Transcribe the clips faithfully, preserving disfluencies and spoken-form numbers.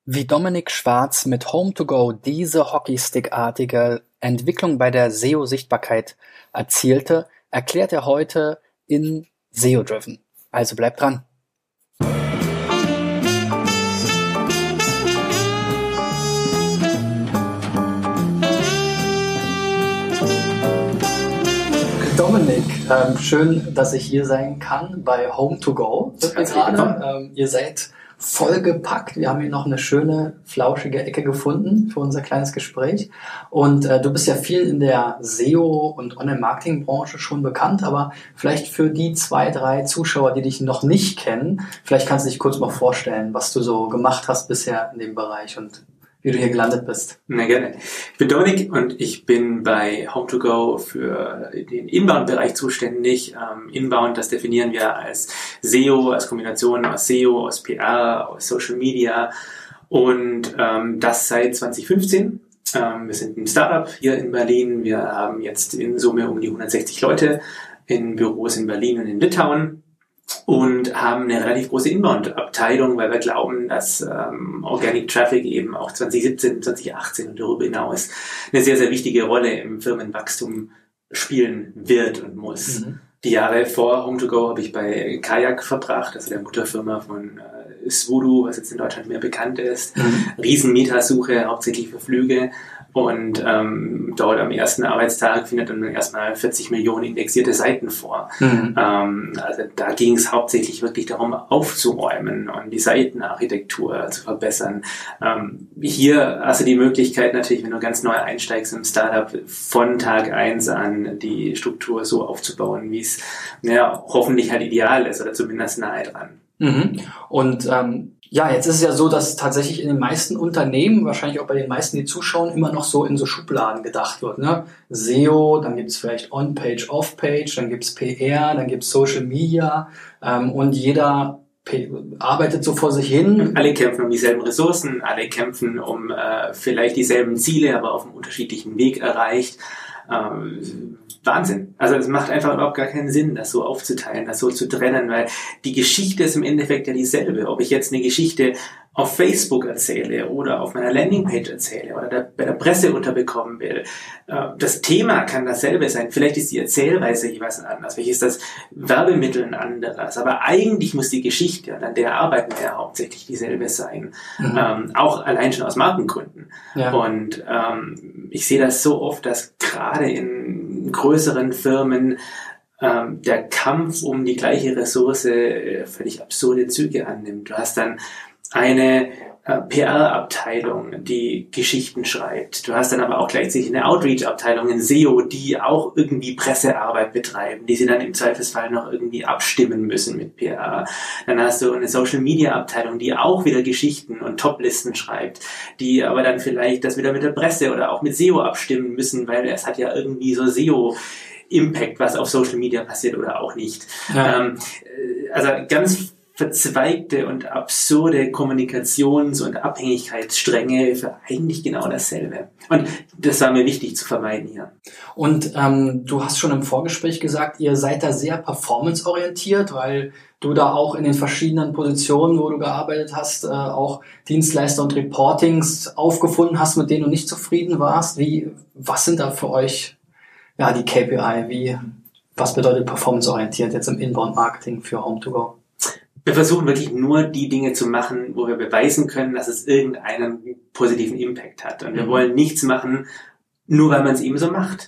Wie Dominik Schwarz mit Home to Go diese Hockeystick-artige Entwicklung bei der S E O-Sichtbarkeit erzielte, erklärt er heute in S E O-Driven. Also bleibt dran! Dominik, ähm, schön, dass ich hier sein kann bei Home to Go. Sind wir gerade. Ähm, ihr seid vollgepackt. Wir haben hier noch eine schöne, flauschige Ecke gefunden für unser kleines Gespräch. Und äh, du bist ja viel in der S E O- und Online-Marketing-Branche schon bekannt, aber vielleicht für die zwei, drei Zuschauer, die dich noch nicht kennen, vielleicht kannst du dich kurz mal vorstellen, was du so gemacht hast bisher in dem Bereich und wie du hier gelandet bist. Na gerne. Ich bin Dominik und ich bin bei Home to Go für den Inbound-Bereich zuständig. Ähm, Inbound, das definieren wir als S E O, als Kombination aus S E O, aus P R, aus Social Media und ähm, das seit zwanzig fünfzehn. Ähm, wir sind ein Startup hier in Berlin. Wir haben jetzt in Summe um die hundertsechzig Leute in Büros in Berlin und in Litauen. Und haben eine relativ große Inbound-Abteilung, weil wir glauben, dass ähm, Organic Traffic eben auch zwanzig siebzehn, zwanzig achtzehn und darüber hinaus eine sehr, sehr wichtige Rolle im Firmenwachstum spielen wird und muss. Mhm. Die Jahre vor Home to Go habe ich bei Kayak verbracht, also der Mutterfirma von äh, Swoodoo, was jetzt in Deutschland mehr bekannt ist. Mhm. Riesenmetasuche, hauptsächlich für Flüge. Und ähm, dort am ersten Arbeitstag findet dann erstmal vierzig Millionen indexierte Seiten vor. Mhm. Ähm, also da ging es hauptsächlich wirklich darum, aufzuräumen und die Seitenarchitektur zu verbessern. Ähm, hier hast du die Möglichkeit natürlich, wenn du ganz neu einsteigst im Startup, von Tag eins an die Struktur so aufzubauen, wie es ja, hoffentlich halt ideal ist oder zumindest nahe dran. Mhm. Und ähm ja, jetzt ist es ja so, dass tatsächlich in den meisten Unternehmen, wahrscheinlich auch bei den meisten, die zuschauen, immer noch so in so Schubladen gedacht wird. Ne? S E O, dann gibt's vielleicht On-Page, Off-Page, dann gibt's P R, dann gibt's Social Media ähm, und jeder P- arbeitet so vor sich hin. Alle kämpfen um dieselben Ressourcen, alle kämpfen um äh, vielleicht dieselben Ziele, aber auf einem unterschiedlichen Weg erreicht. Ähm, Wahnsinn. Also es macht einfach überhaupt gar keinen Sinn, das so aufzuteilen, das so zu trennen, weil die Geschichte ist im Endeffekt ja dieselbe. Ob ich jetzt eine Geschichte auf Facebook erzähle oder auf meiner Landingpage erzähle oder der, bei der Presse unterbekommen will. Das Thema kann dasselbe sein. Vielleicht ist die Erzählweise jeweils anders. Vielleicht ist das Werbemittel ein anderes. Aber eigentlich muss die Geschichte, und an der arbeiten wir ja hauptsächlich, dieselbe sein. Mhm. Ähm, auch allein schon aus Markengründen. Ja. Und ähm, ich sehe das so oft, dass gerade in größeren Firmen ähm, der Kampf um die gleiche Ressource äh, völlig absurde Züge annimmt. Du hast dann eine äh, P R-Abteilung, die Geschichten schreibt. Du hast dann aber auch gleichzeitig eine Outreach-Abteilung in S E O, die auch irgendwie Pressearbeit betreiben, die sie dann im Zweifelsfall noch irgendwie abstimmen müssen mit P R. Dann hast du eine Social-Media-Abteilung, die auch wieder Geschichten und Top-Listen schreibt, die aber dann vielleicht das wieder mit der Presse oder auch mit S E O abstimmen müssen, weil es hat ja irgendwie so S E O Impact, was auf Social Media passiert oder auch nicht. Ja. Ähm, also ganz verzweigte und absurde Kommunikations- und Abhängigkeitsstränge für eigentlich genau dasselbe. Und das war mir wichtig zu vermeiden hier. Und ähm, du hast schon im Vorgespräch gesagt, ihr seid da sehr performanceorientiert, weil du da auch in den verschiedenen Positionen, wo du gearbeitet hast, äh, auch Dienstleister und Reportings aufgefunden hast, mit denen du nicht zufrieden warst. Wie, was sind da für euch ja die K P I? Wie, was bedeutet performanceorientiert jetzt im Inbound-Marketing für Home to Go? Wir versuchen wirklich nur die Dinge zu machen, wo wir beweisen können, dass es irgendeinen positiven Impact hat. Und wir wollen nichts machen, nur weil man es eben so macht.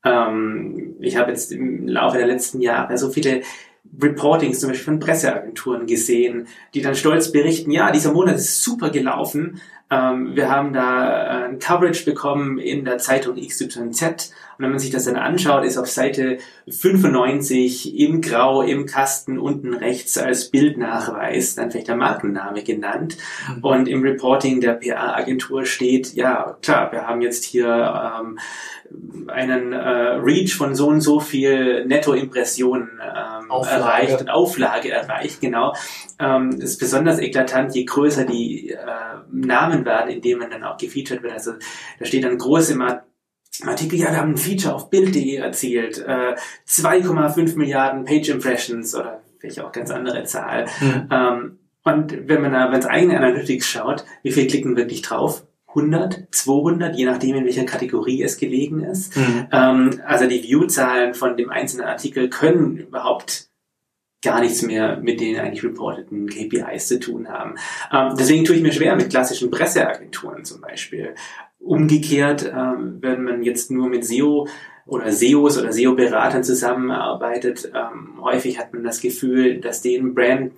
Ähm, ich habe jetzt im Laufe der letzten Jahre so viele Reportings zum Beispiel von Presseagenturen gesehen, die dann stolz berichten, ja, dieser Monat ist super gelaufen. Ähm, wir haben da ein Coverage bekommen in der Zeitung X Y Z. Und wenn man sich das dann anschaut, ist auf Seite fünfundneunzig im Grau, im Kasten unten rechts als Bildnachweis dann vielleicht der Markenname genannt. Mhm. Und im Reporting der P R-Agentur steht, ja, klar, wir haben jetzt hier ähm, einen äh, Reach von so und so viel Nettoimpressionen ähm, erreicht und Auflage erreicht, genau. Ähm, das ist besonders eklatant, je größer die äh, Namen werden, in denen man dann auch gefeatured wird. Also da steht dann groß im Artikel, ja, wir haben ein Feature auf Bild punkt de erzielt, äh, zwei Komma fünf Milliarden Page Impressions oder vielleicht auch ganz andere Zahl. Mhm. Ähm, Und wenn man da ins eigene Analytics schaut, wie viel klicken wirklich drauf? hundert, zweihundert, je nachdem, in welcher Kategorie es gelegen ist. Mhm. Ähm, also die View-Zahlen von dem einzelnen Artikel können überhaupt gar nichts mehr mit den eigentlich reporteten K P Is zu tun haben. Ähm, deswegen tue ich mir schwer mit klassischen Presseagenturen zum Beispiel. Umgekehrt, ähm, wenn man jetzt nur mit S E O oder S E Os oder S E O-Beratern zusammenarbeitet, ähm, häufig hat man das Gefühl, dass denen Brand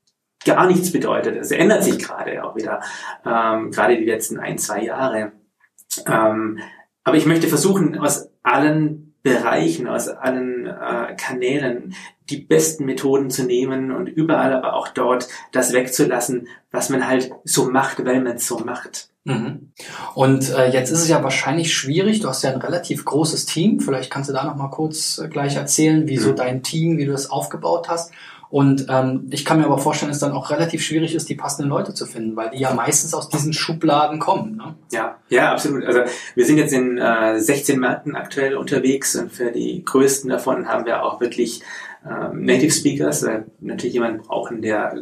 gar nichts bedeutet. Es ändert sich gerade auch wieder, ähm, gerade die letzten ein, zwei Jahre. Ähm, aber ich möchte versuchen, aus allen Bereichen, aus allen äh, Kanälen die besten Methoden zu nehmen und überall aber auch dort das wegzulassen, was man halt so macht, weil man es so macht. Mhm. Und äh, jetzt ist es ja wahrscheinlich schwierig, du hast ja ein relativ großes Team, vielleicht kannst du da noch mal kurz äh, gleich erzählen, wie mhm. so dein Team, wie du das aufgebaut hast. Und ähm, ich kann mir aber vorstellen, dass es dann auch relativ schwierig ist, die passenden Leute zu finden, weil die ja meistens aus diesen Schubladen kommen. Ne? Ja, ja, absolut. Also wir sind jetzt in äh, sechzehn Märkten aktuell unterwegs und für die größten davon haben wir auch wirklich äh, Native Speakers, weil natürlich jemanden brauchen, der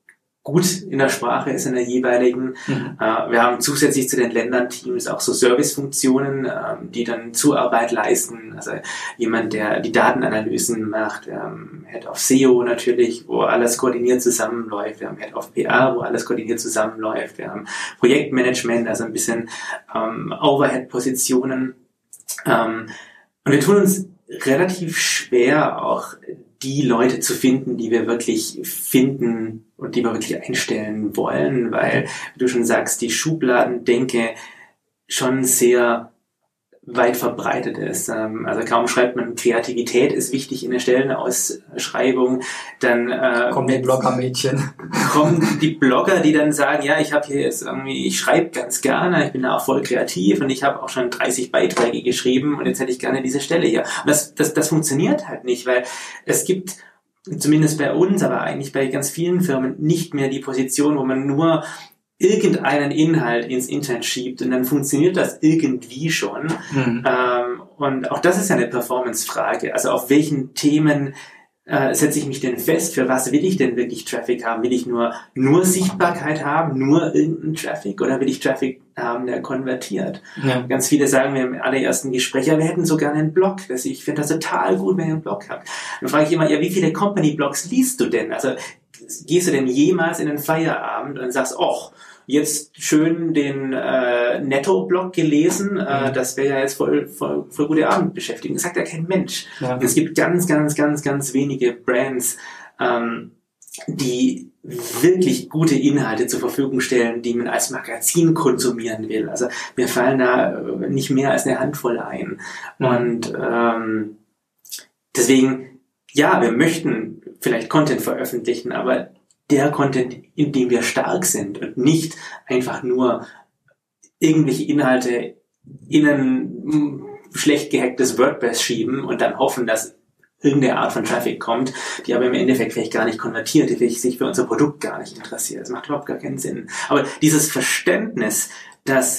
gut in der Sprache ist, in der jeweiligen. Mhm. Äh, wir haben zusätzlich zu den Ländern-Teams auch so Servicefunktionen, äh, die dann Zuarbeit leisten. Also jemand, der die Datenanalysen macht. Wir haben Head of S E O natürlich, wo alles koordiniert zusammenläuft. Wir haben Head of P R, wo alles koordiniert zusammenläuft. Wir haben Projektmanagement, also ein bisschen ähm, Overhead-Positionen. Ähm, und wir tun uns relativ schwer, auch die Leute zu finden, die wir wirklich finden und die wir wirklich einstellen wollen, weil, wie du schon sagst, die Schubladendenke schon sehr weit verbreitet ist. Also kaum schreibt man, Kreativität ist wichtig in der Stellenausschreibung, dann äh, kommen die Blogger-Mädchen. Kommen die Blogger, die dann sagen, ja, ich habe hier jetzt irgendwie, ich schreibe ganz gerne, ich bin da auch voll kreativ und ich habe auch schon dreißig Beiträge geschrieben und jetzt hätte ich gerne diese Stelle hier. Und das, das, das funktioniert halt nicht, weil es gibt, zumindest bei uns, aber eigentlich bei ganz vielen Firmen, nicht mehr die Position, wo man nur irgendeinen Inhalt ins Internet schiebt und dann funktioniert das irgendwie schon. Mhm. Ähm, und auch das ist ja eine Performance-Frage. Also auf welchen Themen äh, setze ich mich denn fest? Für was will ich denn wirklich Traffic haben? Will ich nur, nur Sichtbarkeit haben, nur irgendeinen Traffic oder will ich Traffic haben, der konvertiert? Ja. Ganz viele sagen mir im allerersten Gespräch, ja, wir hätten sogar einen Blog. Das, ich finde das total gut, wenn ihr einen Blog habt. Dann frage ich immer, ja, wie viele Company-Blogs liest du denn? Also gehst du denn jemals in den Feierabend und sagst, och, jetzt schön den äh, Netto-Blog gelesen, äh, das wäre ja jetzt voll, voll, voll gute Abendbeschäftigung. Das sagt ja kein Mensch. Ja. Es gibt ganz, ganz, ganz, ganz wenige Brands, ähm, die wirklich gute Inhalte zur Verfügung stellen, die man als Magazin konsumieren will. Also mir fallen da nicht mehr als eine Handvoll ein. Mhm. Und ähm, deswegen, ja, wir möchten vielleicht Content veröffentlichen, aber der Content, in dem wir stark sind und nicht einfach nur irgendwelche Inhalte in ein schlecht gehacktes WordPress schieben und dann hoffen, dass irgendeine Art von Traffic kommt, die aber im Endeffekt vielleicht gar nicht konvertiert, die sich für unser Produkt gar nicht interessiert. Das macht überhaupt gar keinen Sinn. Aber dieses Verständnis, dass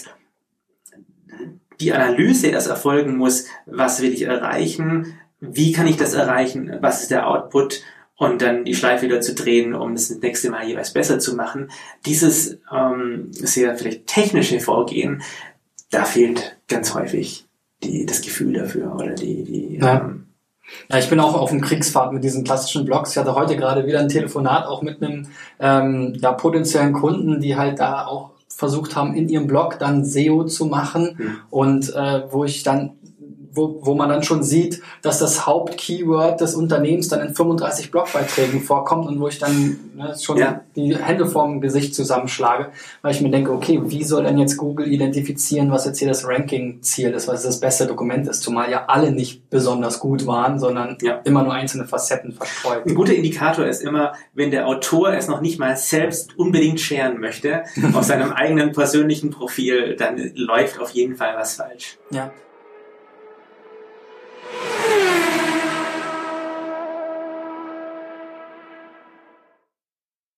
die Analyse erst erfolgen muss, was will ich erreichen, wie kann ich das erreichen, was ist der Output, und dann die Schleife wieder zu drehen, um das nächste Mal jeweils besser zu machen. Dieses ähm, sehr vielleicht technische Vorgehen, da fehlt ganz häufig die, das Gefühl dafür oder die... die ja. ähm, ja, ich bin auch auf dem Kriegsfahrt mit diesen klassischen Blogs. Ich hatte heute gerade wieder ein Telefonat auch mit einem ähm, ja, potenziellen Kunden, die halt da auch versucht haben, in ihrem Blog dann S E O zu machen hm. und äh, wo ich dann Wo, wo man dann schon sieht, dass das Hauptkeyword des Unternehmens dann in fünfunddreißig Blogbeiträgen vorkommt und wo ich dann ne, schon ja. die Hände vorm Gesicht zusammenschlage, weil ich mir denke, okay, wie soll denn jetzt Google identifizieren, was jetzt hier das Ranking-Ziel ist, was das beste Dokument ist, zumal ja alle nicht besonders gut waren, sondern ja. immer nur einzelne Facetten verstreut. Ein guter Indikator ist immer, wenn der Autor es noch nicht mal selbst unbedingt scheren möchte, auf seinem eigenen persönlichen Profil, dann läuft auf jeden Fall was falsch. Ja.